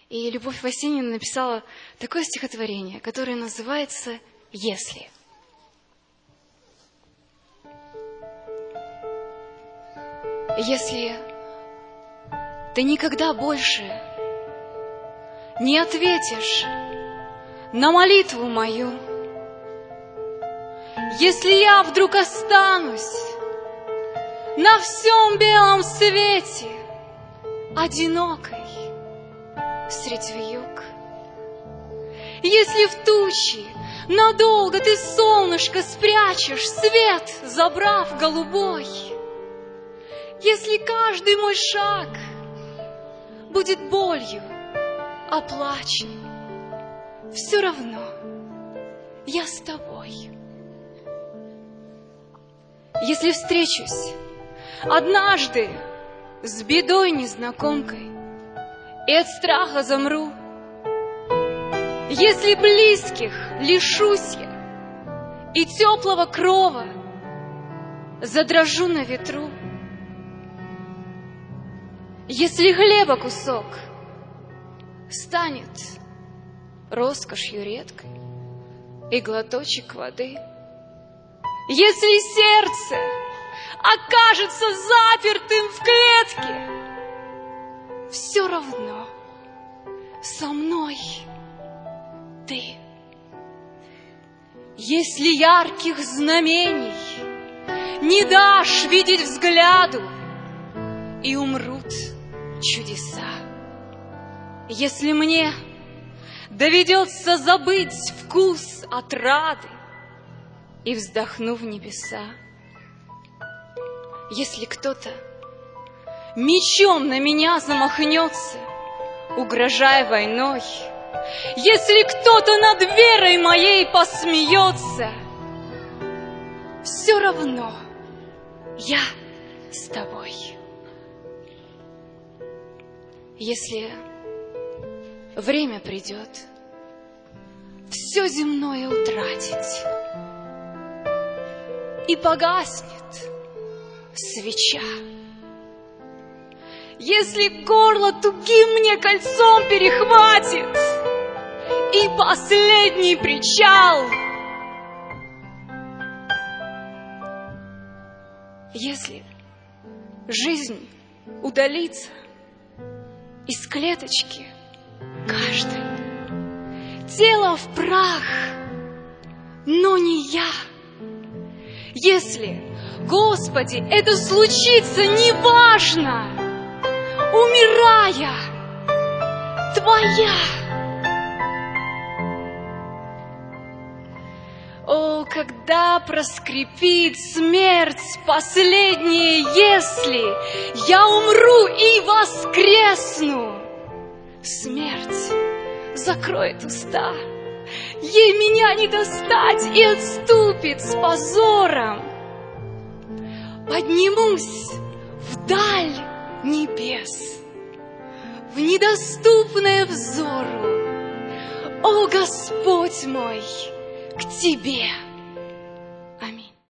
И Любовь Васенина написала такое стихотворение, которое называется «Если». Если ты никогда больше не ответишь на молитву мою, если я вдруг останусь на всем белом свете одинокой средь вьюг, если в тучи надолго ты, солнышко, спрячешь свет, забрав голубой, если каждый мой шаг будет болью оплачен, все равно я с тобой. Если встречусь однажды с бедой незнакомкой и от страха замру, если близких лишусь я и теплого крова задрожу на ветру, если хлеба кусок станет роскошью редкой и глоточек воды, если сердце окажется запертым в клетке, все равно со мной ты. Если ярких знамений не дашь видеть взгляду, и умрут чудеса, если мне доведется забыть вкус отрады и вздохну в небеса, если кто-то мечом на меня замахнется, угрожая войной, если кто-то над верой моей посмеется, все равно я с тобой. Если время придет все земное утратить, и погаснет свеча, если горло тугим мне кольцом перехватит и последний причал, если жизнь удалится из клеточки каждой, тело в прах, но не я. Если, Господи, это случится, неважно, умирая, Твоя. О, когда проскрипит смерть последняя, если я умру и воскресну, смерть закроет уста, ей меня не достать и отступит с позором. Поднимусь вдаль небес, в недоступное взору, о, Господь мой, к Тебе.